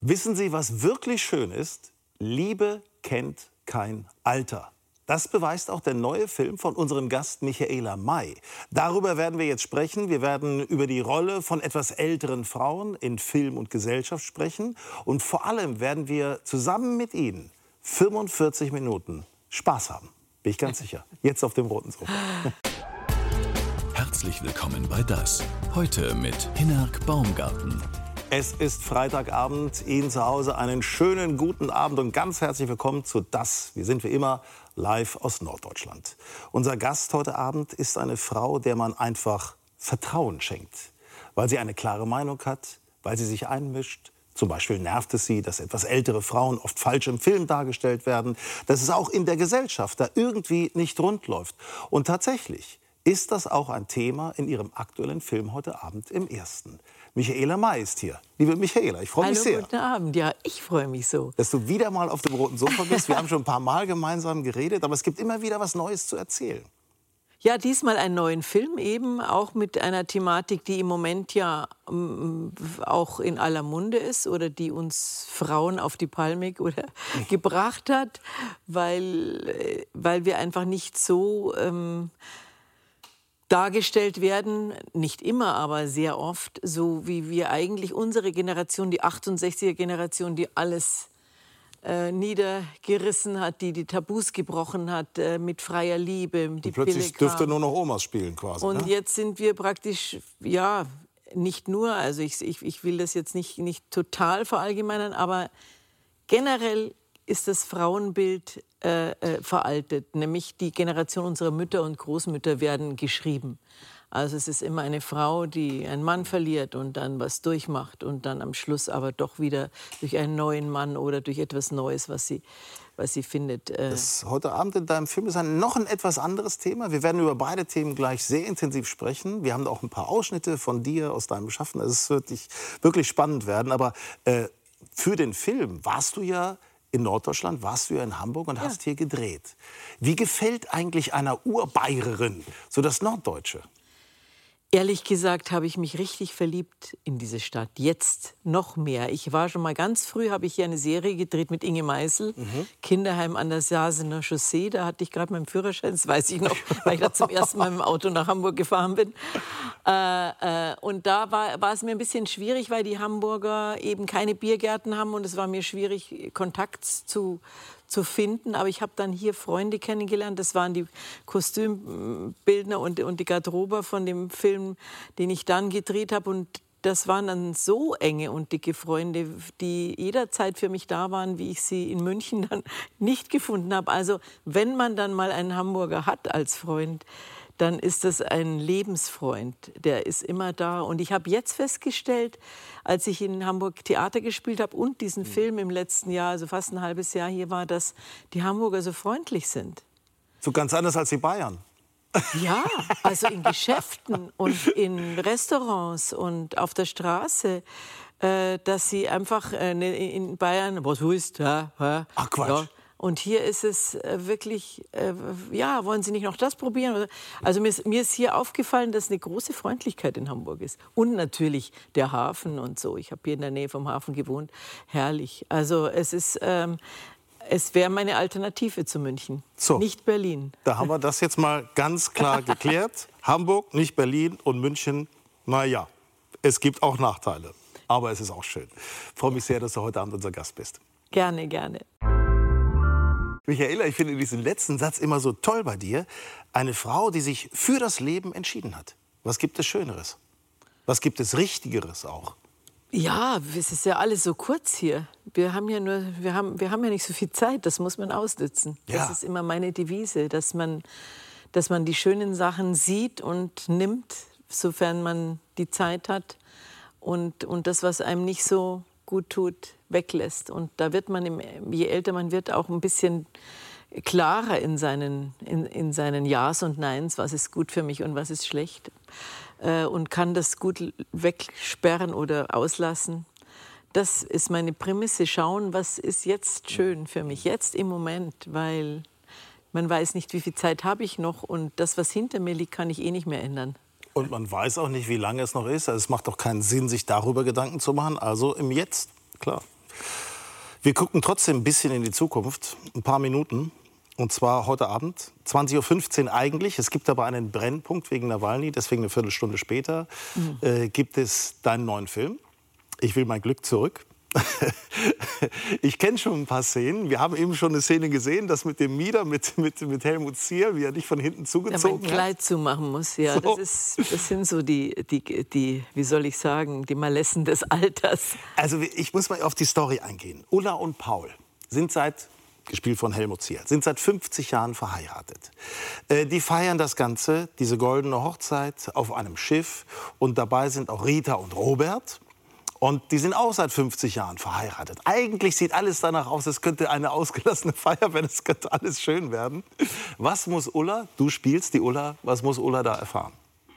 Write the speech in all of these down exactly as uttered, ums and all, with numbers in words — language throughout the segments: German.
Wissen Sie, was wirklich schön ist? Liebe kennt kein Alter. Das beweist auch der neue Film von unserem Gast Michaela May. Darüber werden wir jetzt sprechen. Wir werden über die Rolle von etwas älteren Frauen in Film und Gesellschaft sprechen. Und vor allem werden wir zusammen mit Ihnen fünfundvierzig Minuten Spaß haben. Bin ich ganz sicher. Jetzt auf dem roten Sofa. Herzlich willkommen bei Das. Heute mit Hinnerk Baumgarten. Es ist Freitagabend, Ihnen zu Hause einen schönen guten Abend und ganz herzlich willkommen zu Das. Wir sind wie immer live aus Norddeutschland. Unser Gast heute Abend ist eine Frau, der man einfach Vertrauen schenkt, weil sie eine klare Meinung hat, weil sie sich einmischt. Zum Beispiel nervt es sie, dass etwas ältere Frauen oft falsch im Film dargestellt werden, dass es auch in der Gesellschaft da irgendwie nicht rund läuft. Und tatsächlich ist das auch ein Thema in ihrem aktuellen Film heute Abend im Ersten. Michaela May ist hier. Liebe Michaela, ich freue mich sehr. Hallo, guten Abend. Ja, ich freue mich so. Dass du wieder mal auf dem roten Sofa bist. Wir haben schon ein paar Mal gemeinsam geredet, aber es gibt immer wieder was Neues zu erzählen. Ja, diesmal einen neuen Film eben, auch mit einer Thematik, die im Moment ja ähm, auch in aller Munde ist oder die uns Frauen auf die Palme oder gebracht hat, weil, weil wir einfach nicht so ähm, dargestellt werden, nicht immer, aber sehr oft, so wie wir eigentlich unsere Generation, die achtundsechziger-Generation, die alles äh, niedergerissen hat, die die Tabus gebrochen hat, äh, mit freier Liebe, die und plötzlich Pille dürfte nur noch Omas spielen quasi. Und ne? jetzt sind wir praktisch, ja, nicht nur, also ich, ich, ich will das jetzt nicht, nicht total verallgemeinern, aber generell ist das Frauenbild äh, äh, veraltet. Nämlich die Generation unserer Mütter und Großmütter werden geschrieben. Also es ist immer eine Frau, die einen Mann verliert und dann was durchmacht und dann am Schluss aber doch wieder durch einen neuen Mann oder durch etwas Neues, was sie, was sie findet. Äh das heute Abend in deinem Film ist ein, noch ein etwas anderes Thema. Wir werden über beide Themen gleich sehr intensiv sprechen. Wir haben auch ein paar Ausschnitte von dir aus deinem Schaffen. Also es wird dich wirklich spannend werden. Aber äh, für den Film warst du ja in Norddeutschland, warst du ja in Hamburg und ja. hast hier gedreht. Wie gefällt eigentlich einer Urbayerin so das Norddeutsche? Ehrlich gesagt habe ich mich richtig verliebt in diese Stadt. Jetzt noch mehr. Ich war schon mal ganz früh, habe ich hier eine Serie gedreht mit Inge Meisel. Mhm. Kinderheim an der Sasener Chaussee. Da hatte ich gerade meinen Führerschein, das weiß ich noch, weil ich da zum ersten Mal mit dem Auto nach Hamburg gefahren bin. Äh, äh, und da war, war es mir ein bisschen schwierig, weil die Hamburger eben keine Biergärten haben. Und es war mir schwierig, Kontakt zu zu finden, aber ich habe dann hier Freunde kennengelernt, das waren die Kostümbildner und, und die Garderober von dem Film, den ich dann gedreht habe, und das waren dann so enge und dicke Freunde, die jederzeit für mich da waren, wie ich sie in München dann nicht gefunden habe. Also wenn man dann mal einen Hamburger hat als Freund, dann ist das ein Lebensfreund, der ist immer da. Und ich habe jetzt festgestellt, als ich in Hamburg Theater gespielt habe und diesen mhm. Film im letzten Jahr, also fast ein halbes Jahr hier war, dass die Hamburger so freundlich sind. So ganz anders als die Bayern. Ja, also in Geschäften und in Restaurants und auf der Straße, äh, dass sie einfach äh, in Bayern, was willst du? Ja, ja, ach Quatsch. Ja. Und hier ist es äh, wirklich, äh, ja, wollen Sie nicht noch das probieren? Also mir ist, mir ist hier aufgefallen, dass eine große Freundlichkeit in Hamburg ist. Und natürlich der Hafen und so. Ich habe hier in der Nähe vom Hafen gewohnt. Herrlich. Also es ist, ähm, es wäre meine Alternative zu München. So, nicht Berlin. Da haben wir das jetzt mal ganz klar geklärt. Hamburg, nicht Berlin, und München, na ja, es gibt auch Nachteile. Aber es ist auch schön. Ich freue mich sehr, dass du heute Abend unser Gast bist. Gerne, gerne. Michaela, ich finde diesen letzten Satz immer so toll bei dir. Eine Frau, die sich für das Leben entschieden hat. Was gibt es Schöneres? Was gibt es Richtigeres auch? Ja, es ist ja alles so kurz hier. Wir haben ja nur, wir haben, wir haben ja nicht so viel Zeit. Das muss man ausnutzen. Ja. Das ist immer meine Devise, dass man, dass man die schönen Sachen sieht und nimmt, sofern man die Zeit hat. Und, und das, was einem nicht so gut tut, weglässt. Und da wird man, im, je älter man wird, auch ein bisschen klarer in seinen, in, in seinen Ja's und Neins, was ist gut für mich und was ist schlecht. Äh, und kann das gut wegsperren oder auslassen. Das ist meine Prämisse. Schauen, was ist jetzt schön für mich, jetzt im Moment, weil man weiß nicht, wie viel Zeit habe ich noch, und das, was hinter mir liegt, kann ich eh nicht mehr ändern. Und man weiß auch nicht, wie lange es noch ist. Also es macht doch keinen Sinn, sich darüber Gedanken zu machen. Also im Jetzt, klar. Wir gucken trotzdem ein bisschen in die Zukunft, ein paar Minuten. Und zwar heute Abend, zwanzig Uhr fünfzehn eigentlich. Es gibt aber einen Brennpunkt wegen Nawalny, deswegen eine Viertelstunde später mhm. äh, gibt es deinen neuen Film. Ich will mein Glück zurück. Ich kenne schon ein paar Szenen. Wir haben eben schon eine Szene gesehen, das mit dem Mieder, mit, mit, mit Helmut Zierl, wie er dich von hinten zugezogen hat. Ja, mein Kleid zumachen muss, ja. So. Das, ist, das sind so die, die, die, wie soll ich sagen, die Malessen des Alters. Also ich muss mal auf die Story eingehen. Ulla und Paul sind seit, gespielt von Helmut Zierl, sind seit fünfzig Jahren verheiratet. Äh, die feiern das Ganze, diese goldene Hochzeit, auf einem Schiff. Und dabei sind auch Rita und Robert. Und die sind auch seit fünfzig Jahren verheiratet. Eigentlich sieht alles danach aus, es könnte eine ausgelassene Feier werden, es könnte alles schön werden. Was muss Ulla, du spielst die Ulla, was muss Ulla da erfahren?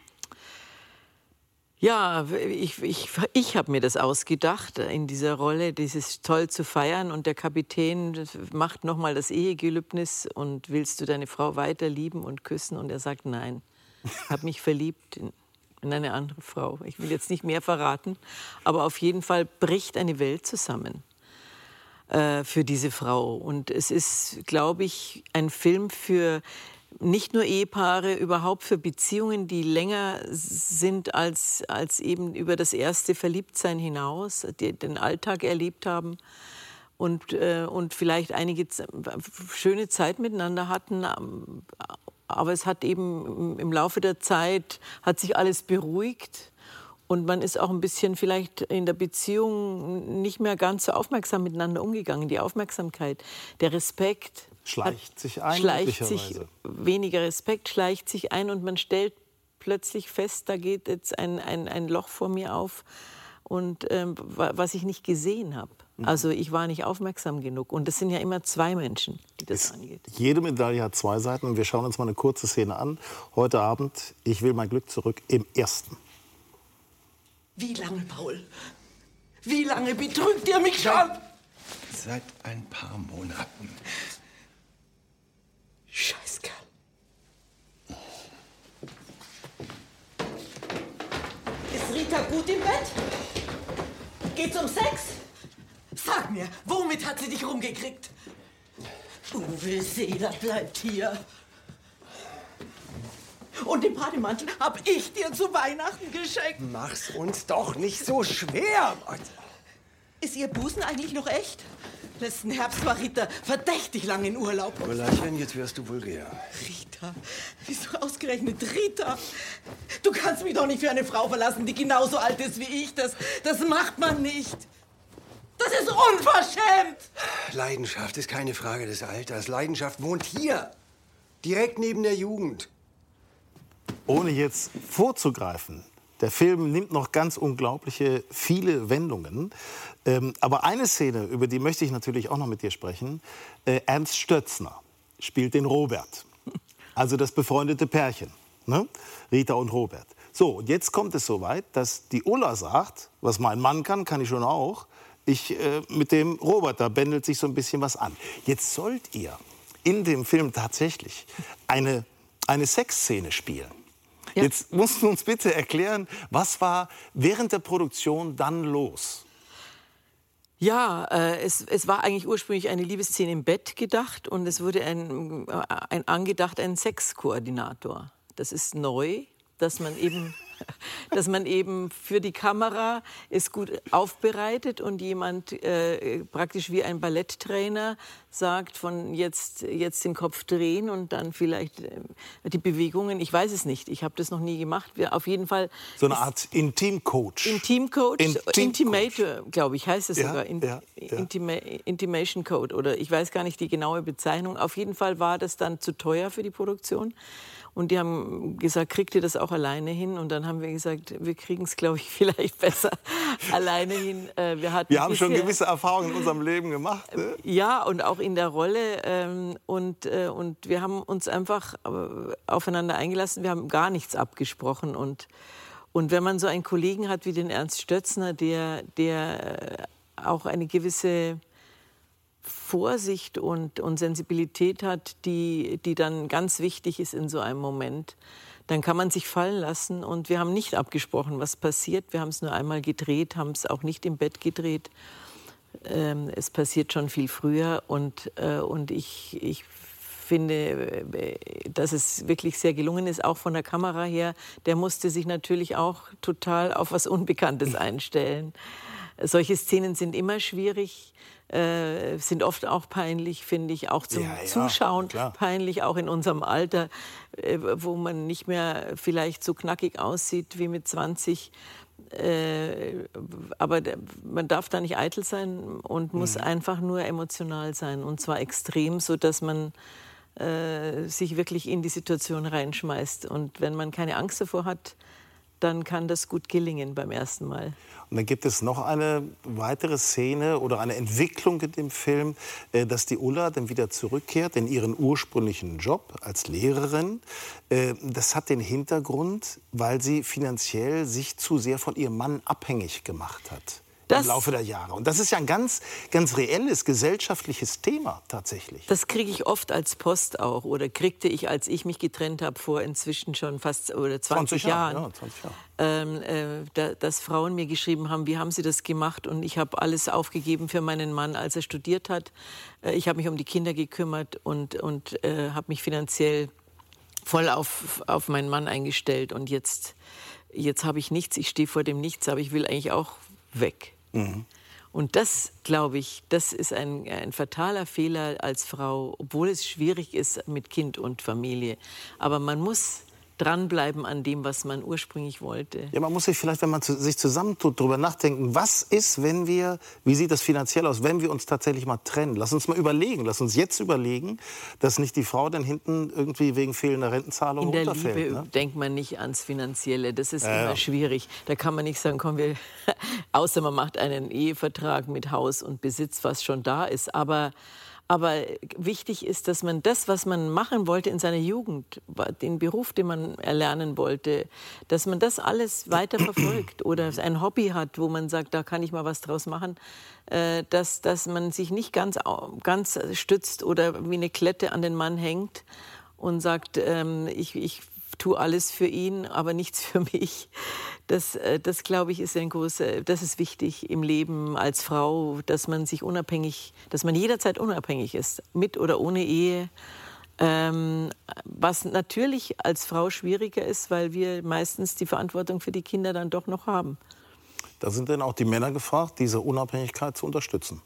Ja, ich, ich, ich habe mir das ausgedacht, in dieser Rolle, dieses toll zu feiern. Und der Kapitän macht nochmal das Ehegelübnis und willst du deine Frau weiter lieben und küssen? Und er sagt nein, ich habe mich verliebt in in eine andere Frau. Ich will jetzt nicht mehr verraten, aber auf jeden Fall bricht eine Welt zusammen äh, für diese Frau. Und es ist, glaube ich, ein Film für nicht nur Ehepaare, überhaupt für Beziehungen, die länger sind als, als eben über das erste Verliebtsein hinaus, die den Alltag erlebt haben und, äh, und vielleicht einige schöne Zeit miteinander hatten. Aber es hat eben im Laufe der Zeit, hat sich alles beruhigt und man ist auch ein bisschen vielleicht in der Beziehung nicht mehr ganz so aufmerksam miteinander umgegangen. Die Aufmerksamkeit, der Respekt schleicht sich ein, schleicht sich, weniger Respekt schleicht sich ein und man stellt plötzlich fest, da geht jetzt ein, ein, ein Loch vor mir auf, und ähm, was ich nicht gesehen habe. Also ich war nicht aufmerksam genug. Und das sind ja immer zwei Menschen, die das es, angeht. Jede Medaille hat zwei Seiten. Und wir schauen uns mal eine kurze Szene an. Heute Abend, ich will mein Glück zurück, im ersten. Wie lange, Paul? Wie lange betrügt ihr mich schon? Seit ein paar Monaten. Scheißkerl. Ist Rita gut im Bett? Geht's um Sex? Sag mir, womit hat sie dich rumgekriegt? Uwe Seeler bleibt hier. Und den Bademantel hab ich dir zu Weihnachten geschenkt. Mach's uns doch nicht so schwer. Ist ihr Busen eigentlich noch echt? Letzten Herbst war Rita verdächtig lang in Urlaub. Ullerchen, jetzt wirst du vulgär. Rita? Wieso ausgerechnet Rita? Du kannst mich doch nicht für eine Frau verlassen, die genauso alt ist wie ich. Das, das macht man nicht. Das ist unverschämt! Leidenschaft ist keine Frage des Alters. Leidenschaft wohnt hier, direkt neben der Jugend. Ohne jetzt vorzugreifen, der Film nimmt noch ganz unglaubliche, viele Wendungen. Ähm, aber eine Szene, über die möchte ich natürlich auch noch mit dir sprechen. Äh, Ernst Stötzner spielt den Robert, also das befreundete Pärchen, ne? Rita und Robert. So, und jetzt kommt es so weit, dass die Ulla sagt, was mein Mann kann, kann ich schon auch. Ich, äh, mit dem Robert, da bändelt sich so ein bisschen was an. Jetzt sollt ihr in dem Film tatsächlich eine, eine Sexszene spielen. Ja. Jetzt musst du uns bitte erklären, was war während der Produktion dann los? Ja, äh, es, es war eigentlich ursprünglich eine Liebesszene im Bett gedacht und es wurde ein, ein angedacht, ein Sexkoordinator. Das ist neu, dass man eben... dass man eben für die Kamera es gut aufbereitet und jemand äh, praktisch wie ein Balletttrainer sagt, von jetzt, jetzt den Kopf drehen und dann vielleicht äh, die Bewegungen, ich weiß es nicht, ich habe das noch nie gemacht. Wir, auf jeden Fall so eine Art Intimcoach. Intimcoach, Intim Intimator, glaube ich, heißt es ja, sogar. In, ja, ja. Intima Intimation Code oder ich weiß gar nicht die genaue Bezeichnung. Auf jeden Fall war das dann zu teuer für die Produktion. Und die haben gesagt, kriegt ihr das auch alleine hin? Und dann haben wir gesagt, wir kriegen es, glaube ich, vielleicht besser alleine hin. Wir, hatten wir haben bisher, schon gewisse Erfahrungen in unserem Leben gemacht. Ne? Ja, und auch in der Rolle. Und, und wir haben uns einfach aufeinander eingelassen. Wir haben gar nichts abgesprochen. Und, und wenn man so einen Kollegen hat wie den Ernst Stötzner, der, der auch eine gewisse Vorsicht und, und Sensibilität hat, die, die dann ganz wichtig ist in so einem Moment, dann kann man sich fallen lassen. Und wir haben nicht abgesprochen, was passiert. Wir haben es nur einmal gedreht, haben es auch nicht im Bett gedreht. ähm, es passiert schon viel früher. Und, äh, und ich, ich finde, dass es wirklich sehr gelungen ist, auch von der Kamera her. Der musste sich natürlich auch total auf was Unbekanntes einstellen. Solche Szenen sind immer schwierig, äh, sind oft auch peinlich, finde ich, auch zum ja, ja, Zuschauen klar. peinlich, auch in unserem Alter, äh, wo man nicht mehr vielleicht so knackig aussieht wie mit zwanzig. Äh, aber man darf da nicht eitel sein und muss mhm. einfach nur emotional sein, und zwar extrem, so dass man äh, sich wirklich in die Situation reinschmeißt. Und wenn man keine Angst davor hat, dann kann das gut gelingen beim ersten Mal. Und dann gibt es noch eine weitere Szene oder eine Entwicklung in dem Film, äh, dass die Ulla dann wieder zurückkehrt in ihren ursprünglichen Job als Lehrerin. Äh, das hat den Hintergrund, weil sie finanziell sich zu sehr von ihrem Mann abhängig gemacht hat. Das, im Laufe der Jahre. Und das ist ja ein ganz, ganz reelles gesellschaftliches Thema tatsächlich. Das kriege ich oft als Post auch, oder kriegte ich, als ich mich getrennt habe, vor inzwischen schon fast oder zwanzig, zwanzig Jahren. Ja, zwanzig Jahre. Ähm, äh, da, dass Frauen mir geschrieben haben, wie haben Sie das gemacht? Und ich habe alles aufgegeben für meinen Mann, als er studiert hat. Äh, ich habe mich um die Kinder gekümmert und, und äh, habe mich finanziell voll auf, auf meinen Mann eingestellt. Und jetzt, jetzt habe ich nichts, ich stehe vor dem Nichts, aber ich will eigentlich auch weg. Mhm. Und das, glaube ich, das ist ein, ein fataler Fehler als Frau, obwohl es schwierig ist mit Kind und Familie. Aber man muss dranbleiben an dem, was man ursprünglich wollte. Ja, man muss sich vielleicht, wenn man zu, sich zusammentut, darüber nachdenken, was ist, wenn wir, wie sieht das finanziell aus, wenn wir uns tatsächlich mal trennen? Lass uns mal überlegen, lass uns jetzt überlegen, dass nicht die Frau dann hinten irgendwie wegen fehlender Rentenzahlung In der runterfällt. Liebe Ne? denkt man nicht ans Finanzielle, das ist ja, immer ja. schwierig. Da kann man nicht sagen, komm, wir, außer man macht einen Ehevertrag mit Haus und Besitz, was schon da ist, aber Aber wichtig ist, dass man das, was man machen wollte in seiner Jugend, den Beruf, den man erlernen wollte, dass man das alles weiter verfolgt oder ein Hobby hat, wo man sagt, da kann ich mal was draus machen, dass, dass man sich nicht ganz, ganz stützt oder wie eine Klette an den Mann hängt und sagt, ich, ich tue alles für ihn, aber nichts für mich. Das, das glaube ich, ist ein großer, das ist wichtig im Leben als Frau, dass man sich unabhängig, dass man jederzeit unabhängig ist, mit oder ohne Ehe. Ähm, was natürlich als Frau schwieriger ist, weil wir meistens die Verantwortung für die Kinder dann doch noch haben. Da sind dann auch die Männer gefragt, diese Unabhängigkeit zu unterstützen.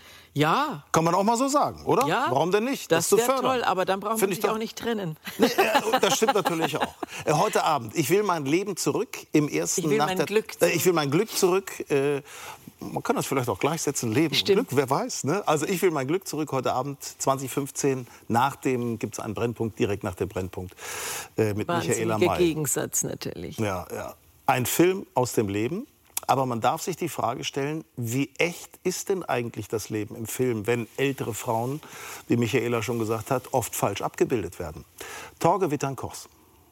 Ja. Kann man auch mal so sagen, oder? Ja, warum denn nicht? Das, das wäre toll, aber dann braucht man sich auch nicht trennen. Nee, äh, das stimmt natürlich auch. Äh, heute Abend, ich will mein Leben zurück im ersten... Ich will nach mein der, Glück zurück. Äh, ich will mein Glück zurück. Äh, man kann das vielleicht auch gleichsetzen, Leben Stimmt. und Glück, wer weiß. Ne? Also ich will mein Glück zurück heute Abend, zwanzig fünfzehn. Nach dem gibt es einen Brennpunkt, direkt nach dem Brennpunkt äh, mit Michaela May. Gegensatz natürlich. Ja, ja. Ein Film aus dem Leben. Aber man darf sich die Frage stellen, wie echt ist denn eigentlich das Leben im Film, wenn ältere Frauen, wie Michaela schon gesagt hat, oft falsch abgebildet werden? Torge Wittern-Kochs.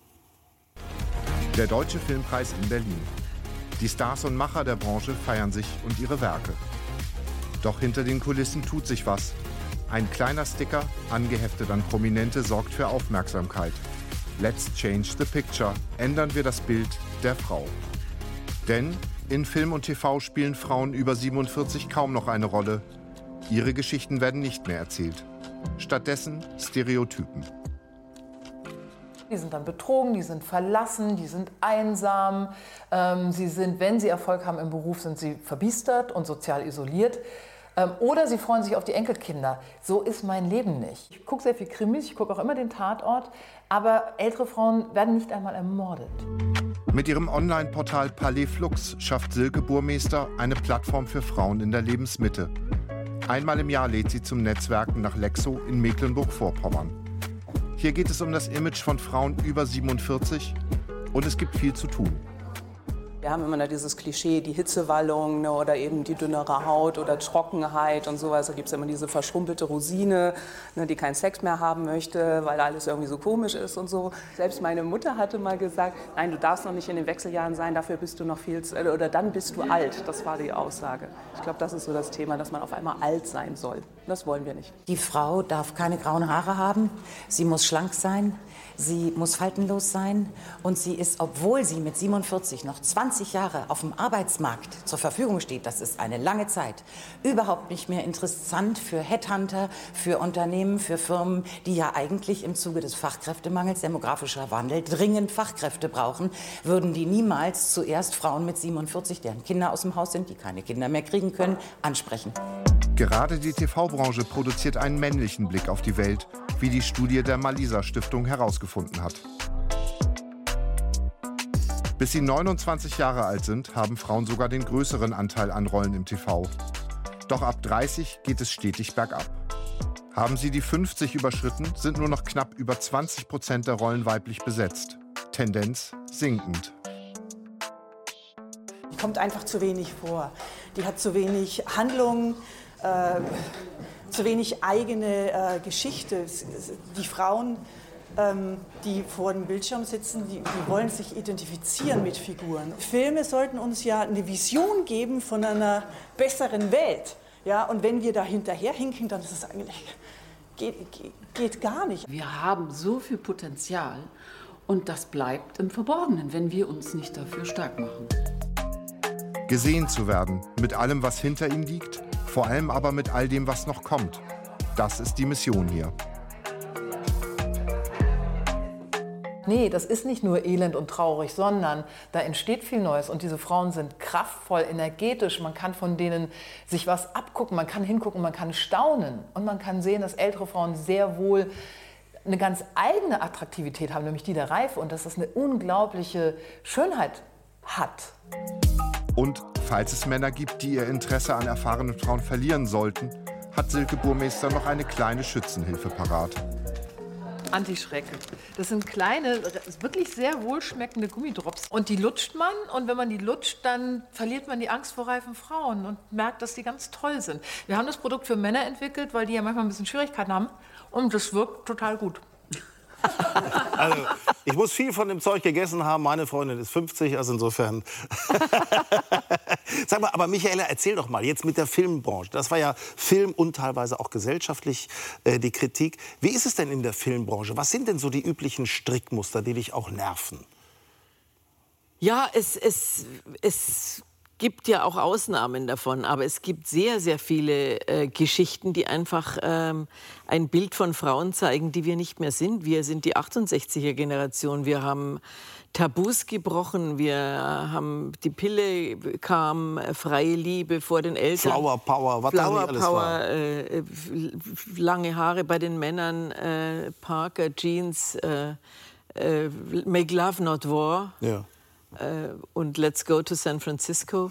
Der Deutsche Filmpreis in Berlin. Die Stars und Macher der Branche feiern sich und ihre Werke. Doch hinter den Kulissen tut sich was. Ein kleiner Sticker, angeheftet an Prominente, sorgt für Aufmerksamkeit. Let's change the picture. Ändern wir das Bild der Frau. Denn in Film und T V spielen Frauen über siebenundvierzig kaum noch eine Rolle. Ihre Geschichten werden nicht mehr erzählt. Stattdessen Stereotypen. Die sind dann betrogen, die sind verlassen, die sind einsam. Ähm, sie sind, wenn sie Erfolg haben im Beruf, sind sie verbiestert und sozial isoliert. Ähm, oder sie freuen sich auf die Enkelkinder. So ist mein Leben nicht. Ich gucke sehr viel Krimis, ich gucke auch immer den Tatort. Aber ältere Frauen werden nicht einmal ermordet. Mit ihrem Online-Portal Palais Flux schafft Silke Burmester eine Plattform für Frauen in der Lebensmitte. Einmal im Jahr lädt sie zum Netzwerken nach Lexow in Mecklenburg-Vorpommern. Hier geht es um das Image von Frauen über siebenundvierzig und es gibt viel zu tun. Wir haben immer dieses Klischee, die Hitzewallung, ne, oder eben die dünnere Haut oder Trockenheit und sowas. Da gibt es immer diese verschrumpelte Rosine, ne, die keinen Sex mehr haben möchte, weil alles irgendwie so komisch ist und so. Selbst meine Mutter hatte mal gesagt, nein, du darfst noch nicht in den Wechseljahren sein, dafür bist du noch viel, zu, oder dann bist du alt. Das war die Aussage. Ich glaube, das ist so das Thema, dass man auf einmal alt sein soll. Das wollen wir nicht. Die Frau darf keine grauen Haare haben, sie muss schlank sein, sie muss faltenlos sein und sie ist, obwohl sie mit siebenundvierzig noch zwanzig zwanzig Jahre auf dem Arbeitsmarkt zur Verfügung steht, das ist eine lange Zeit, überhaupt nicht mehr interessant für Headhunter, für Unternehmen, für Firmen, die ja eigentlich im Zuge des Fachkräftemangels, demografischer Wandel, dringend Fachkräfte brauchen, würden die niemals zuerst Frauen mit siebenundvierzig, deren Kinder aus dem Haus sind, die keine Kinder mehr kriegen können, ansprechen. Gerade die T V-Branche produziert einen männlichen Blick auf die Welt, wie die Studie der Malisa-Stiftung herausgefunden hat. Bis sie neunundzwanzig Jahre alt sind, haben Frauen sogar den größeren Anteil an Rollen im T V. Doch ab dreißig geht es stetig bergab. Haben sie die fünfzig überschritten, sind nur noch knapp über zwanzig Prozent der Rollen weiblich besetzt. Tendenz sinkend. Die kommt einfach zu wenig vor. Die hat zu wenig Handlung, äh, zu wenig eigene äh, Geschichte. Die Frauen, ähm, die vor dem Bildschirm sitzen, die, die wollen sich identifizieren mit Figuren. Filme sollten uns ja eine Vision geben von einer besseren Welt. Ja, und wenn wir da hinterherhinken, dann ist es eigentlich, geht, geht, geht gar nicht. Wir haben so viel Potenzial und das bleibt im Verborgenen, wenn wir uns nicht dafür stark machen. Gesehen zu werden, mit allem, was hinter ihnen liegt, vor allem aber mit all dem, was noch kommt. Das ist die Mission hier. Nee, das ist nicht nur elend und traurig, sondern da entsteht viel Neues. Und diese Frauen sind kraftvoll, energetisch. Man kann von denen sich was abgucken, man kann hingucken, man kann staunen. Und man kann sehen, dass ältere Frauen sehr wohl eine ganz eigene Attraktivität haben, nämlich die der Reife. Und dass das eine unglaubliche Schönheit hat. Und falls es Männer gibt, die ihr Interesse an erfahrenen Frauen verlieren sollten, hat Silke Burmeister noch eine kleine Schützenhilfe parat. Antischrecken. Das sind kleine, wirklich sehr wohlschmeckende Gummidrops. Und die lutscht man. Und wenn man die lutscht, dann verliert man die Angst vor reifen Frauen und merkt, dass die ganz toll sind. Wir haben das Produkt für Männer entwickelt, weil die ja manchmal ein bisschen Schwierigkeiten haben. Und das wirkt total gut. Also, ich muss viel von dem Zeug gegessen haben. Meine Freundin ist fünfzig, also insofern. Sag mal, aber Michaela, erzähl doch mal, jetzt mit der Filmbranche. Das war ja Film und teilweise auch gesellschaftlich äh, die Kritik. Wie ist es denn in der Filmbranche? Was sind denn so die üblichen Strickmuster, die dich auch nerven? Ja, es, es, es gibt ja auch Ausnahmen davon, aber es gibt sehr, sehr viele äh, Geschichten, die einfach ähm, ein Bild von Frauen zeigen, die wir nicht mehr sind. Wir sind die achtundsechziger-Generation, wir haben Tabus gebrochen, wir haben, die Pille kam, freie Liebe vor den Eltern. Flower Power, was Flower da nicht alles Power, war. Äh, lange Haare bei den Männern, äh, Parker, Jeans, äh, äh, Make Love Not War. Ja. Und Let's Go to San Francisco.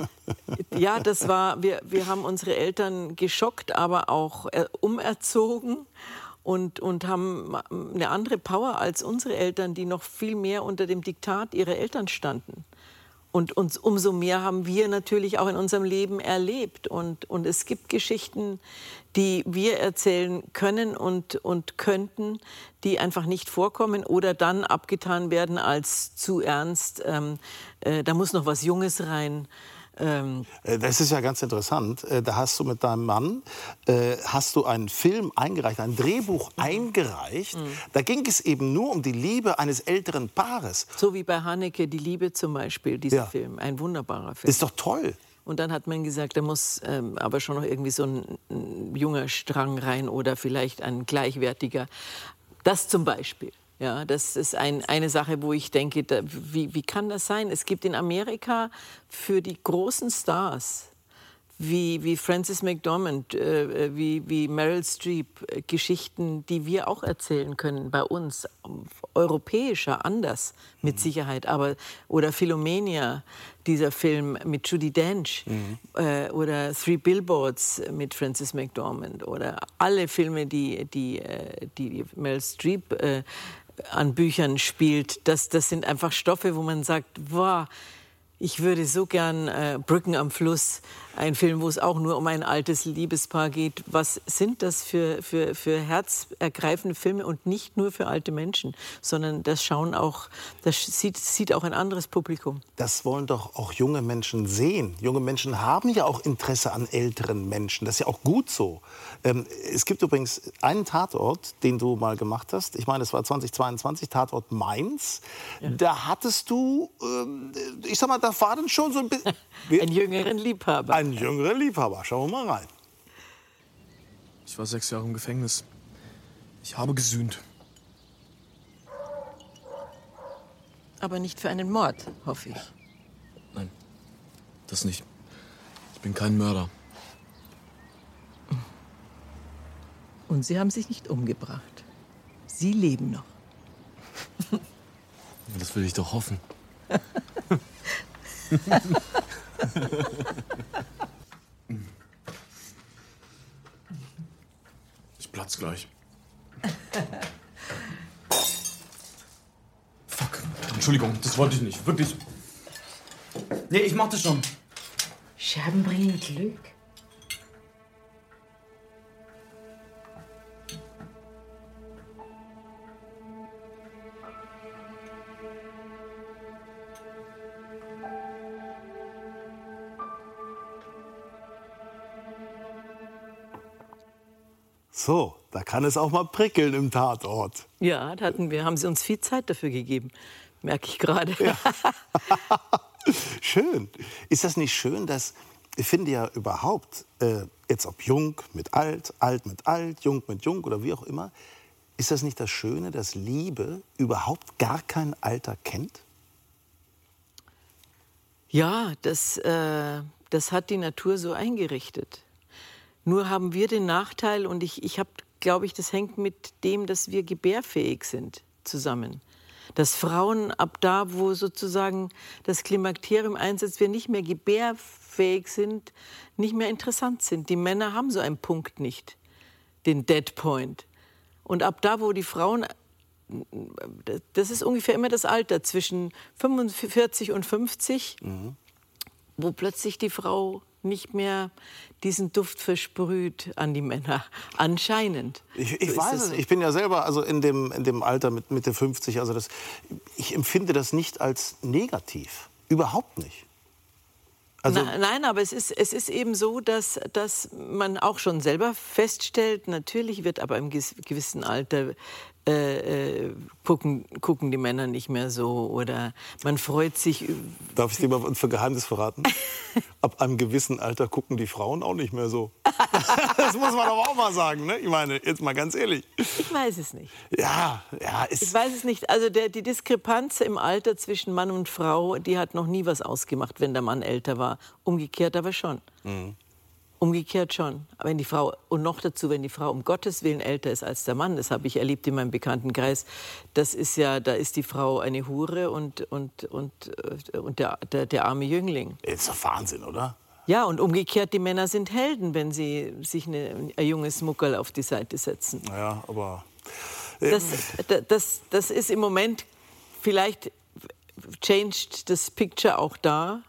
Ja, das war, wir, wir haben unsere Eltern geschockt, aber auch äh, umerzogen und, und haben eine andere Power als unsere Eltern, die noch viel mehr unter dem Diktat ihrer Eltern standen. Und uns, umso mehr haben wir natürlich auch in unserem Leben erlebt. Und, und es gibt Geschichten, die wir erzählen können und, und könnten, die einfach nicht vorkommen oder dann abgetan werden als zu ernst. Ähm, äh, da muss noch was Junges rein. Ähm Das ist ja ganz interessant. Da hast du mit deinem Mann äh, hast du einen Film eingereicht, ein Drehbuch eingereicht. Mhm. Da ging es eben nur um die Liebe eines älteren Paares. So wie bei Haneke, Die Liebe zum Beispiel, dieser ja. Film. Ein wunderbarer Film. Ist doch toll. Und dann hat man gesagt, da muss ähm, aber schon noch irgendwie so ein, ein junger Strang rein oder vielleicht ein gleichwertiger. Das zum Beispiel. Ja, das ist ein, eine Sache, wo ich denke, da, wie, wie kann das sein? Es gibt in Amerika für die großen Stars wie, wie Frances McDormand, äh, wie, wie Meryl Streep, äh, Geschichten, die wir auch erzählen können bei uns, europäischer, anders mit Sicherheit, aber oder Philomenia, dieser Film mit Judi Dench, mhm. äh, oder Three Billboards mit Frances McDormand oder alle Filme, die, die, die Meryl Streep äh, an Büchern spielt, das, das sind einfach Stoffe, wo man sagt, wow, ich würde so gern äh, Brücken am Fluss Ein Film, wo es auch nur um ein altes Liebespaar geht. Was sind das für, für, für herzergreifende Filme und nicht nur für alte Menschen, sondern das schauen auch, das sieht, sieht auch ein anderes Publikum. Das wollen doch auch junge Menschen sehen. Junge Menschen haben ja auch Interesse an älteren Menschen. Das ist ja auch gut so. Ähm, es gibt übrigens einen Tatort, den du mal gemacht hast. Ich meine, das war zweitausendzweiundzwanzig, Tatort Mainz. Ja. Da hattest du, ähm, ich sag mal, da war dann schon so ein bisschen... Einen jüngeren Liebhaber. Ein jüngerer Liebhaber. Schauen wir mal rein. Ich war sechs Jahre im Gefängnis. Ich habe gesühnt. Aber nicht für einen Mord, hoffe ich. Nein, das nicht. Ich bin kein Mörder. Und Sie haben sich nicht umgebracht. Sie leben noch. Das will ich doch hoffen. Ich platz gleich. Fuck. Entschuldigung, das wollte ich nicht. Wirklich. Nee, ich mach das schon. Scherben bringen Glück. So, da kann es auch mal prickeln im Tatort. Ja, da hatten wir, haben Sie uns viel Zeit dafür gegeben, merke ich gerade. Ja. Schön. Ist das nicht schön, dass, ich finde ja überhaupt, äh, jetzt ob jung mit alt, alt mit alt, jung mit jung oder wie auch immer, ist das nicht das Schöne, dass Liebe überhaupt gar kein Alter kennt? Ja, das, äh, das hat die Natur so eingerichtet. Nur haben wir den Nachteil, und ich, ich habe, glaube ich, das hängt mit dem, dass wir gebärfähig sind, zusammen. Dass Frauen ab da, wo sozusagen das Klimakterium einsetzt, wir nicht mehr gebärfähig sind, nicht mehr interessant sind. Die Männer haben so einen Punkt nicht, den Dead Point. Und ab da, wo die Frauen, das ist ungefähr immer das Alter, zwischen fünfundvierzig und fünfzig, mhm. wo plötzlich die Frau nicht mehr diesen Duft versprüht an die Männer, anscheinend. Ich, ich so weiß es so. nicht. Ich bin ja selber also in dem, in dem Alter mit Mitte fünfzig. Also das, ich empfinde das nicht als negativ. Überhaupt nicht. Also Na, nein, aber es ist, es ist eben so, dass, dass man auch schon selber feststellt, natürlich wird aber im gewissen Alter äh, äh, gucken, gucken die Männer nicht mehr so oder man freut sich. Darf ich dir mal für Geheimnis verraten? Ab einem gewissen Alter gucken die Frauen auch nicht mehr so. Das muss man aber auch mal sagen, ne? Ich meine, jetzt mal ganz ehrlich. Ich weiß es nicht. Ja, ja. Ist ich weiß es nicht. Also der, die Diskrepanz im Alter zwischen Mann und Frau, die hat noch nie was ausgemacht, wenn der Mann älter war. Umgekehrt aber schon. Mhm. Umgekehrt schon. Wenn die Frau, und noch dazu, wenn die Frau um Gottes Willen älter ist als der Mann, das habe ich erlebt in meinem Bekanntenkreis, das ist ja, da ist die Frau eine Hure und, und, und, und der, der, der arme Jüngling. Das ist doch Wahnsinn, oder? Ja, und umgekehrt, die Männer sind Helden, wenn sie sich eine, ein junges Muckerl auf die Seite setzen. Ja, aber... Das, das, das ist im Moment, vielleicht changed das Picture auch da.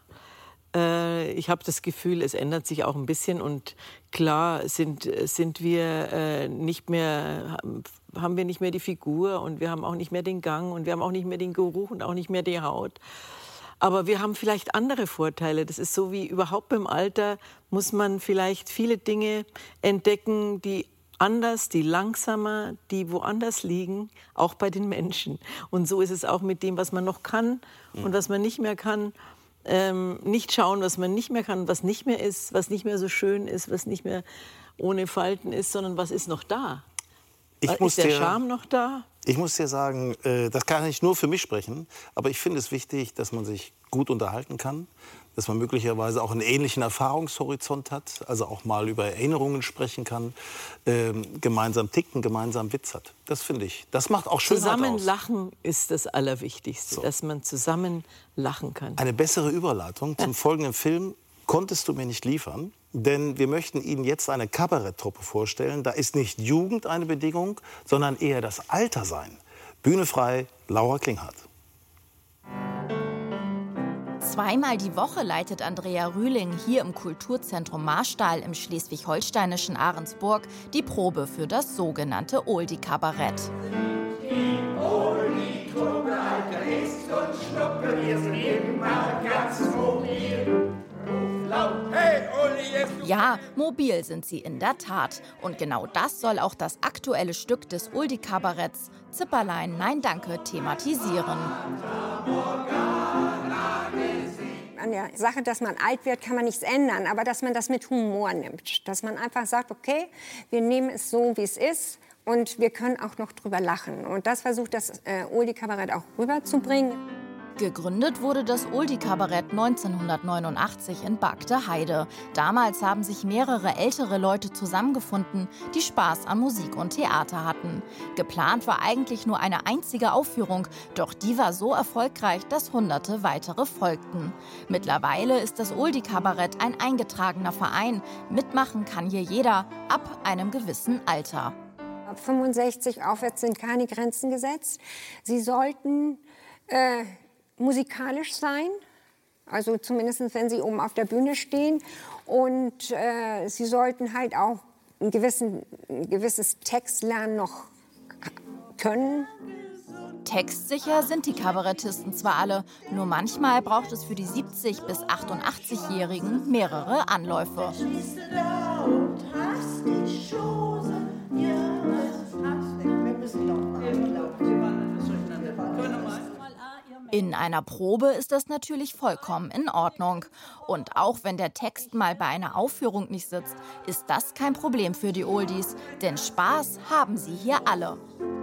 Ich habe das Gefühl, es ändert sich auch ein bisschen und klar sind, sind wir äh, nicht mehr, haben wir nicht mehr die Figur und wir haben auch nicht mehr den Gang und wir haben auch nicht mehr den Geruch und auch nicht mehr die Haut. Aber wir haben vielleicht andere Vorteile. Das ist so wie überhaupt im Alter muss man vielleicht viele Dinge entdecken, die anders, die langsamer, die woanders liegen, auch bei den Menschen. Und so ist es auch mit dem, was man noch kann und was man nicht mehr kann. Ähm, nicht schauen, was man nicht mehr kann, was nicht mehr ist, was nicht mehr so schön ist, was nicht mehr ohne Falten ist, sondern was ist noch da? Ich ist muss der dir, Charme noch da? Ich muss dir sagen, äh, das kann ich nur für mich sprechen, aber ich finde es wichtig, dass man sich gut unterhalten kann, dass man möglicherweise auch einen ähnlichen Erfahrungshorizont hat, also auch mal über Erinnerungen sprechen kann, ähm, gemeinsam ticken, gemeinsam Witz hat. Das finde ich, das macht auch Schönheit Zusammen aus. lachen ist das Allerwichtigste, So. dass man zusammen lachen kann. Eine bessere Überleitung zum folgenden Film konntest du mir nicht liefern, denn wir möchten Ihnen jetzt eine Kabaretttruppe vorstellen. Da ist nicht Jugend eine Bedingung, sondern eher das Altersein. Bühne frei, Laura Klinghardt. Zweimal die Woche leitet Andrea Rühling hier im Kulturzentrum Marstall im schleswig-holsteinischen Ahrensburg die Probe für das sogenannte Oldie-Kabarett. Oldie-Truppe, alter ist und Schnuppe, wir sind immer ganz mobil. Hey, Oldie, ja, mobil sind sie in der Tat. Und genau das soll auch das aktuelle Stück des Oldie-Kabaretts Zipperlein, nein danke thematisieren. An der Sache, dass man alt wird, kann man nichts ändern, aber dass man das mit Humor nimmt. Dass man einfach sagt, okay, wir nehmen es so, wie es ist und wir können auch noch drüber lachen. Und das versucht das äh, Oldie-Kabarett auch rüberzubringen. Gegründet wurde das Oldie-Kabarett neunzehnhundertneunundachtzig in Bargteheide. Damals haben sich mehrere ältere Leute zusammengefunden, die Spaß an Musik und Theater hatten. Geplant war eigentlich nur eine einzige Aufführung, doch die war so erfolgreich, dass hunderte weitere folgten. Mittlerweile ist das Oldie-Kabarett ein eingetragener Verein. Mitmachen kann hier jeder, ab einem gewissen Alter. Ab fünfundsechzig aufwärts sind keine Grenzen gesetzt. Sie sollten äh, musikalisch sein, also zumindest wenn sie oben auf der Bühne stehen. Und äh, sie sollten halt auch ein, gewissen, ein gewisses Textlernen noch können. Textsicher sind die Kabarettisten zwar alle, nur manchmal braucht es für die siebzig- bis achtundachtzigjährigen mehrere Anläufe. In einer Probe ist das natürlich vollkommen in Ordnung. Und auch wenn der Text mal bei einer Aufführung nicht sitzt, ist das kein Problem für die Oldies. Denn Spaß haben sie hier alle.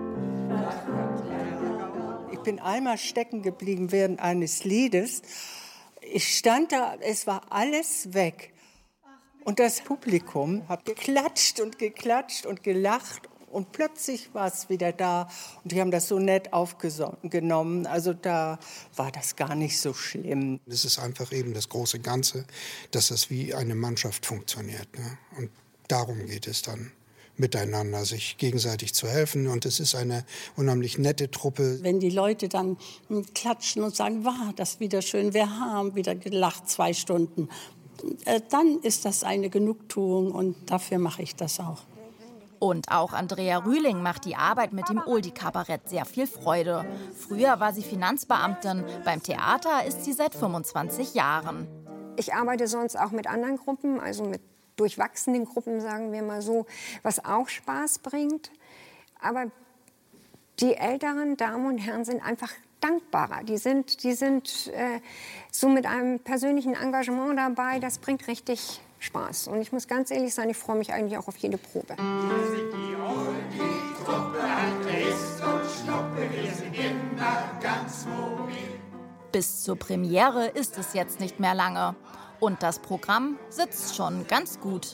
Ich bin einmal stecken geblieben während eines Liedes. Ich stand da, es war alles weg. Und das Publikum hat geklatscht und geklatscht und gelacht. Und plötzlich war es wieder da und die haben das so nett aufgenommen. Also da war das gar nicht so schlimm. Es ist einfach eben das große Ganze, dass das wie eine Mannschaft funktioniert. Ne? Und darum geht es dann, miteinander sich gegenseitig zu helfen. Und es ist eine unheimlich nette Truppe. Wenn die Leute dann klatschen und sagen, war das wieder schön, wir haben wieder gelacht zwei Stunden, dann ist das eine Genugtuung und dafür mache ich das auch. Und auch Andrea Rühling macht die Arbeit mit dem Oldie-Kabarett sehr viel Freude. Früher war sie Finanzbeamtin, beim Theater ist sie seit fünfundzwanzig Jahren. Ich arbeite sonst auch mit anderen Gruppen, also mit durchwachsenen Gruppen, sagen wir mal so, was auch Spaß bringt. Aber die älteren Damen und Herren sind einfach dankbarer. Die sind, die sind äh, so mit einem persönlichen Engagement dabei, das bringt richtig Spaß. Und ich muss ganz ehrlich sein, ich freue mich eigentlich auch auf jede Probe. Bis zur Premiere ist es jetzt nicht mehr lange. Und das Programm sitzt schon ganz gut.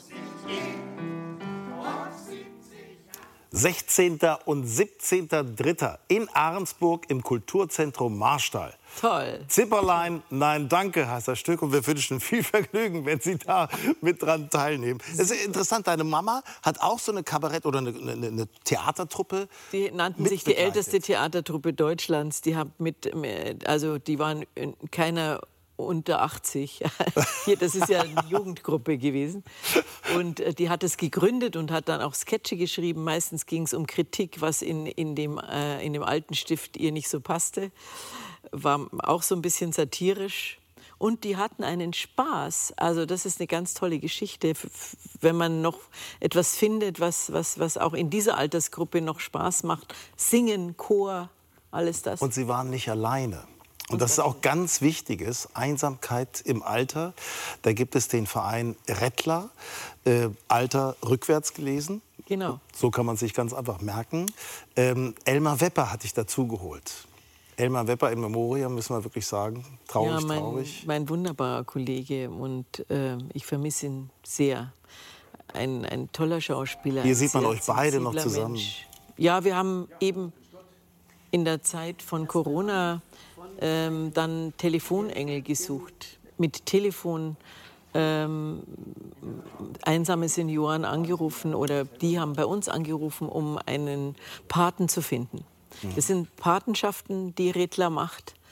sechzehnten und siebzehnten dritter in Ahrensburg im Kulturzentrum Marstall. Toll. Zipperlein, nein, danke, heißt das Stück. Und wir wünschen viel Vergnügen, wenn Sie da mit dran teilnehmen. Es ist interessant, deine Mama hat auch so eine Kabarett- oder eine, eine, eine Theatertruppe. Die nannten sich die älteste Theatertruppe Deutschlands. Die, haben mit, also die waren keiner unter achtzig. Das ist ja eine Jugendgruppe gewesen. Und die hat es gegründet und hat dann auch Sketche geschrieben. Meistens ging es um Kritik, was in, in, dem, äh, in dem alten Stift ihr nicht so passte. War auch so ein bisschen satirisch. Und die hatten einen Spaß. Also das ist eine ganz tolle Geschichte, wenn man noch etwas findet, was, was, was auch in dieser Altersgruppe noch Spaß macht. Singen, Chor, alles das. Und sie waren nicht alleine. Und das ist auch ganz Wichtiges, Einsamkeit im Alter. Da gibt es den Verein Rettler, äh, Alter rückwärts gelesen. Genau. So kann man sich ganz einfach merken. Ähm, Elmar Wepper hatte ich dazu geholt. Elmar Wepper in Memoriam, müssen wir wirklich sagen. Traurig, ja, mein, traurig. Mein wunderbarer Kollege und äh, ich vermisse ihn sehr. Ein, ein toller Schauspieler. Hier sieht man euch beide noch sensibler zusammen. Mensch. Ja, wir haben eben in der Zeit von Corona ähm, dann Telefonengel gesucht. Mit Telefon ähm, einsame Senioren angerufen oder die haben bei uns angerufen, um einen Paten zu finden. Das sind Patenschaften, die Rettler macht.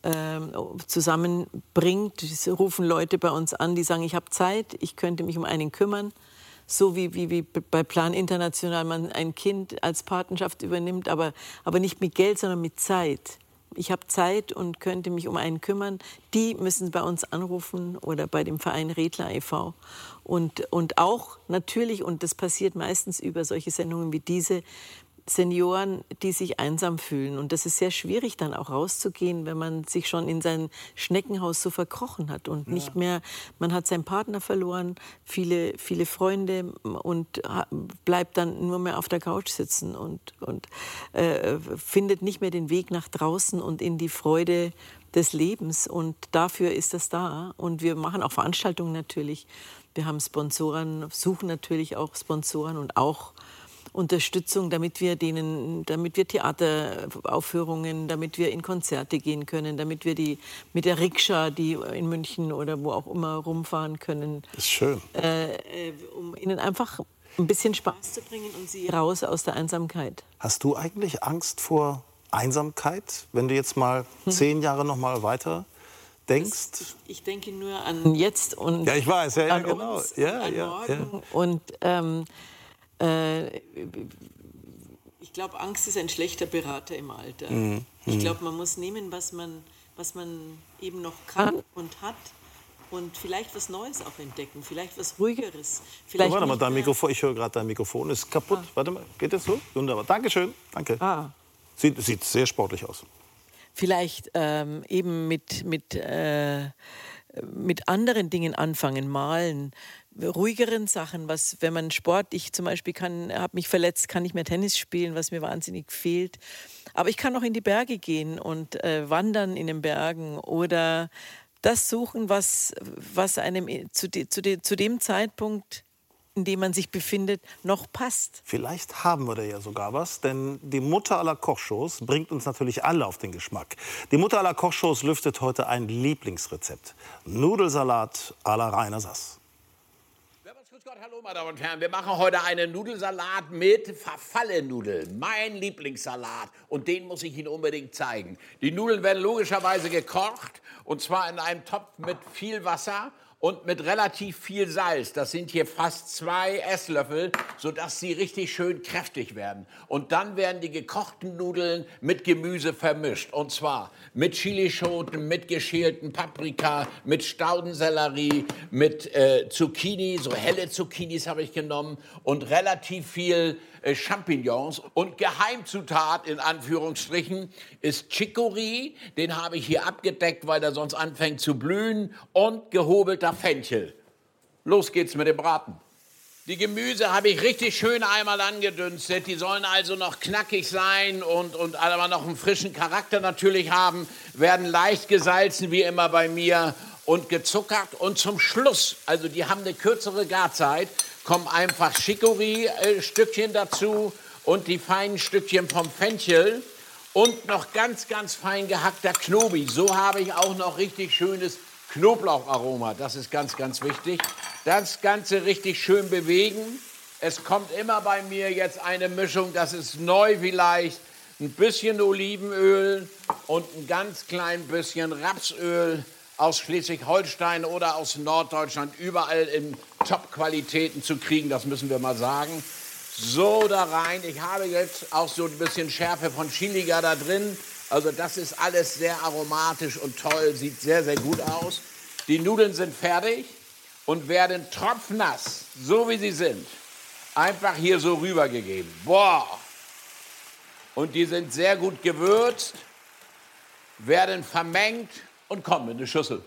ähm, zusammenbringt. Es rufen Leute bei uns an, die sagen, ich habe Zeit, ich könnte mich um einen kümmern. So wie, wie, wie bei Plan International man ein Kind als Patenschaft übernimmt, aber, aber nicht mit Geld, sondern mit Zeit. Ich habe Zeit und könnte mich um einen kümmern. Die müssen bei uns anrufen oder bei dem Verein Redler e V Und, und auch natürlich, und das passiert meistens über solche Sendungen wie diese, Senioren, die sich einsam fühlen. Und das ist sehr schwierig, dann auch rauszugehen, wenn man sich schon in sein Schneckenhaus so verkrochen hat und ja. nicht mehr, man hat seinen Partner verloren, viele, viele Freunde und bleibt dann nur mehr auf der Couch sitzen und, und äh, findet nicht mehr den Weg nach draußen und in die Freude des Lebens. Und dafür ist das da. Und wir machen auch Veranstaltungen natürlich. Wir haben Sponsoren, suchen natürlich auch Sponsoren und auch Unterstützung, damit wir denen, damit wir Theateraufführungen, damit wir in Konzerte gehen können, damit wir die mit der Rikscha, die in München oder wo auch immer rumfahren können. Das ist schön. Äh, um ihnen einfach ein bisschen Spaß zu bringen und sie raus aus der Einsamkeit. Hast du eigentlich Angst vor Einsamkeit, wenn du jetzt mal hm. zehn Jahre noch mal weiter denkst? Das, ich, ich denke nur an jetzt und ja, ich weiß, ja, ja an genau, uns, ja, an ja, morgen ja. und ähm, Äh, ich glaube, Angst ist ein schlechter Berater im Alter. Mhm. Ich glaube, man muss nehmen, was man, was man eben noch kann und hat und vielleicht was Neues auch entdecken, vielleicht was Ruhigeres. Vielleicht oh, warte mal, dein Mikrofon, ich höre gerade, dein Mikrofon ist kaputt. Ah. Warte mal, geht das so? Wunderbar, Dankeschön, danke. Ah. Sieht, sieht sehr sportlich aus. Vielleicht ähm, eben mit, mit, äh, mit anderen Dingen anfangen, malen, ruhigeren Sachen, was, wenn man Sport, ich zum Beispiel kann, habe mich verletzt, kann nicht mehr Tennis spielen, was mir wahnsinnig fehlt. Aber ich kann auch in die Berge gehen und äh, wandern in den Bergen oder das suchen, was, was einem zu, de, zu, de, zu dem Zeitpunkt, in dem man sich befindet, noch passt. Vielleicht haben wir da ja sogar was, denn die Mutter aller Kochshows bringt uns natürlich alle auf den Geschmack. Die Mutter aller Kochshows lüftet heute ein Lieblingsrezept. Nudelsalat à la Rainer Sass. Hallo, meine Damen und Herren, wir machen heute einen Nudelsalat mit Farfallennudeln. Mein Lieblingssalat und den muss ich Ihnen unbedingt zeigen. Die Nudeln werden logischerweise gekocht und zwar in einem Topf mit viel Wasser und mit relativ viel Salz. Das sind hier fast zwei Esslöffel, sodass sie richtig schön kräftig werden. Und dann werden die gekochten Nudeln mit Gemüse vermischt. Und zwar mit Chilischoten, mit geschälten Paprika, mit Staudensellerie, mit äh, Zucchini, so helle Zucchinis habe ich genommen und relativ viel äh, Champignons. Und Geheimzutat in Anführungsstrichen ist Chicorée. Den habe ich hier abgedeckt, weil er sonst anfängt zu blühen. Und gehobelter Fenchel. Los geht's mit dem Braten. Die Gemüse habe ich richtig schön einmal angedünstet. Die sollen also noch knackig sein und, und aber noch einen frischen Charakter natürlich haben. Werden leicht gesalzen, wie immer bei mir, und gezuckert. Und zum Schluss, also die haben eine kürzere Garzeit, kommen einfach Chicorée-Stückchen dazu und die feinen Stückchen vom Fenchel und noch ganz, ganz fein gehackter Knobi. So habe ich auch noch richtig schönes Knoblaucharoma, das ist ganz, ganz wichtig. Das Ganze richtig schön bewegen. Es kommt immer bei mir jetzt eine Mischung, das ist neu vielleicht, ein bisschen Olivenöl und ein ganz klein bisschen Rapsöl aus Schleswig-Holstein oder aus Norddeutschland, überall in Top-Qualitäten zu kriegen, das müssen wir mal sagen. So da rein, ich habe jetzt auch so ein bisschen Schärfe von Chiliga da drin. Also das ist alles sehr aromatisch und toll, sieht sehr, sehr gut aus. Die Nudeln sind fertig und werden tropfnass, so wie sie sind, einfach hier so rübergegeben. Boah! Und die sind sehr gut gewürzt, werden vermengt und kommen in die Schüssel.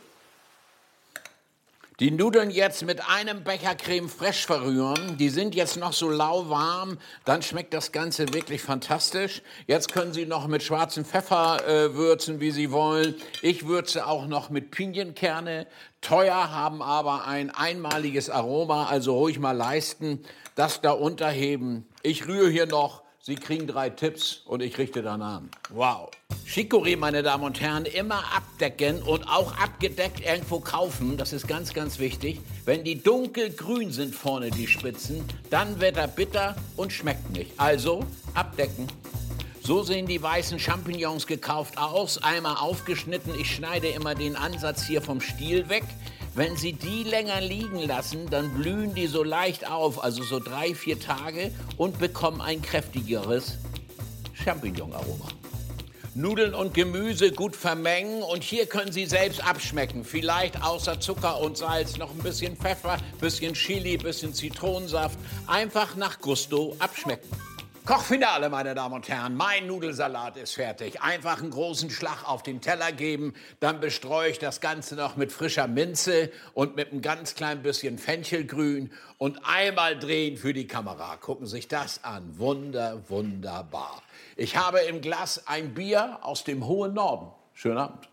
Die Nudeln jetzt mit einem Becher Creme Fraiche verrühren. Die sind jetzt noch so lauwarm. Dann schmeckt das Ganze wirklich fantastisch. Jetzt können Sie noch mit schwarzem Pfeffer äh, würzen, wie Sie wollen. Ich würze auch noch mit Pinienkerne. Teuer, haben aber ein einmaliges Aroma. Also ruhig mal leisten. Das da unterheben. Ich rühre hier noch. Sie kriegen drei Tipps und ich richte dann an. Wow. Chicorée, meine Damen und Herren, immer abdecken und auch abgedeckt irgendwo kaufen. Das ist ganz, ganz wichtig. Wenn die dunkelgrün sind vorne, die Spitzen, dann wird er bitter und schmeckt nicht. Also abdecken. So sehen die weißen Champignons gekauft aus, einmal aufgeschnitten. Ich schneide immer den Ansatz hier vom Stiel weg. Wenn Sie die länger liegen lassen, dann blühen die so leicht auf, also so drei, vier Tage, und bekommen ein kräftigeres Champignon-Aroma. Nudeln und Gemüse gut vermengen und hier können Sie selbst abschmecken. Vielleicht außer Zucker und Salz noch ein bisschen Pfeffer, bisschen Chili, bisschen Zitronensaft. Einfach nach Gusto abschmecken. Kochfinale, meine Damen und Herren. Mein Nudelsalat ist fertig. Einfach einen großen Schlag auf den Teller geben. Dann bestreue ich das Ganze noch mit frischer Minze und mit einem ganz kleinen bisschen Fenchelgrün. Und einmal drehen für die Kamera. Gucken Sie sich das an. Wunder, wunderbar. Ich habe im Glas ein Bier aus dem hohen Norden. Schönen Abend.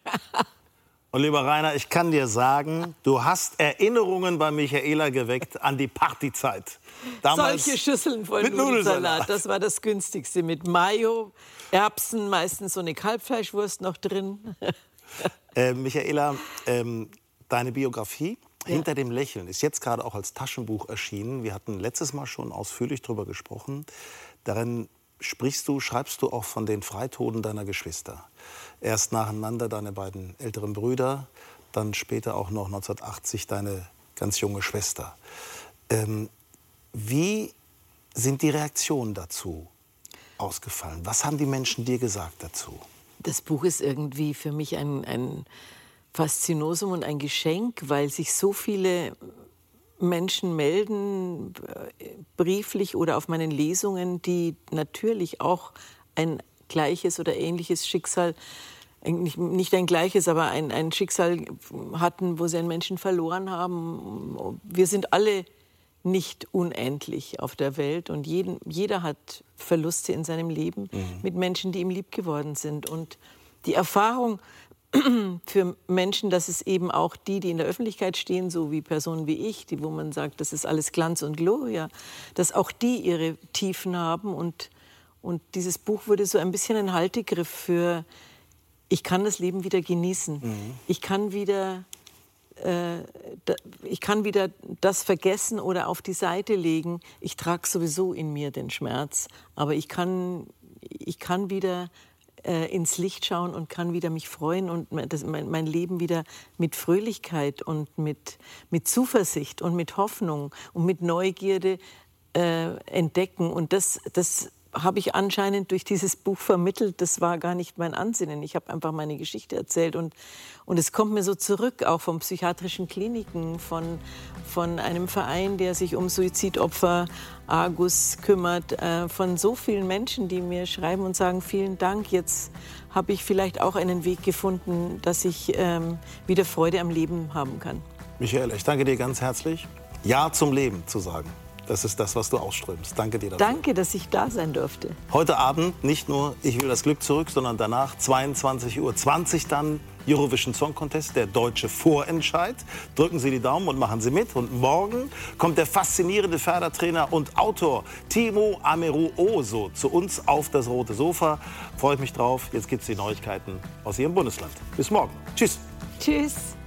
Und lieber Rainer, ich kann dir sagen, du hast Erinnerungen bei Michaela geweckt an die Partyzeit. Damals Solche Schüsseln voll mit Nudelsalat, Nudelsalat. das war das günstigste. Mit Mayo, Erbsen, meistens so eine Kalbfleischwurst noch drin. Äh, Michaela, ähm, deine Biografie Ja. Hinter dem Lächeln ist jetzt gerade auch als Taschenbuch erschienen. Wir hatten letztes Mal schon ausführlich darüber gesprochen. Darin sprichst du, schreibst du auch von den Freitoden deiner Geschwister. Erst nacheinander deine beiden älteren Brüder, dann später auch noch neunzehnhundertachtzig deine ganz junge Schwester. Ähm, wie sind die Reaktionen dazu ausgefallen? Was haben die Menschen dir gesagt dazu? Das Buch ist irgendwie für mich ein, ein Faszinosum und ein Geschenk, weil sich so viele Menschen melden, brieflich oder auf meinen Lesungen, die natürlich auch ein gleiches oder ähnliches Schicksal, nicht ein gleiches, aber ein, ein Schicksal hatten, wo sie einen Menschen verloren haben. Wir sind alle nicht unendlich auf der Welt und jeden, jeder hat Verluste in seinem Leben mhm. mit Menschen, die ihm lieb geworden sind. Und die Erfahrung für Menschen, dass es eben auch die, die in der Öffentlichkeit stehen, so wie Personen wie ich, die, wo man sagt, das ist alles Glanz und Gloria, dass auch die ihre Tiefen haben. Und, und dieses Buch wurde so ein bisschen ein Haltegriff für, ich kann das Leben wieder genießen. Mhm. Ich kann wieder... ich kann wieder das vergessen oder auf die Seite legen. Ich trage sowieso in mir den Schmerz, aber ich kann, ich kann wieder äh, ins Licht schauen und kann wieder mich freuen und das, mein, mein Leben wieder mit Fröhlichkeit und mit, mit Zuversicht und mit Hoffnung und mit Neugierde äh, entdecken. Und das, das habe ich anscheinend durch dieses Buch vermittelt. Das war gar nicht mein Ansinnen. Ich habe einfach meine Geschichte erzählt und, und es kommt mir so zurück, auch von psychiatrischen Kliniken, von, von einem Verein, der sich um Suizidopfer Argus kümmert, äh, von so vielen Menschen, die mir schreiben und sagen, vielen Dank, jetzt habe ich vielleicht auch einen Weg gefunden, dass ich ähm, wieder Freude am Leben haben kann. Michaela, ich danke dir ganz herzlich. Ja zum Leben zu sagen. Das ist das, was du ausströmst. Danke dir dafür. Danke, dass ich da sein durfte. Heute Abend nicht nur Ich will das Glück zurück, sondern danach zweiundzwanzig Uhr zwanzig dann Eurovision Song Contest, der deutsche Vorentscheid. Drücken Sie die Daumen und machen Sie mit. Und morgen kommt der faszinierende Pferdetrainer und Autor Timo Ameruoso zu uns auf das rote Sofa. Freue ich mich drauf. Jetzt gibt es die Neuigkeiten aus Ihrem Bundesland. Bis morgen. Tschüss. Tschüss.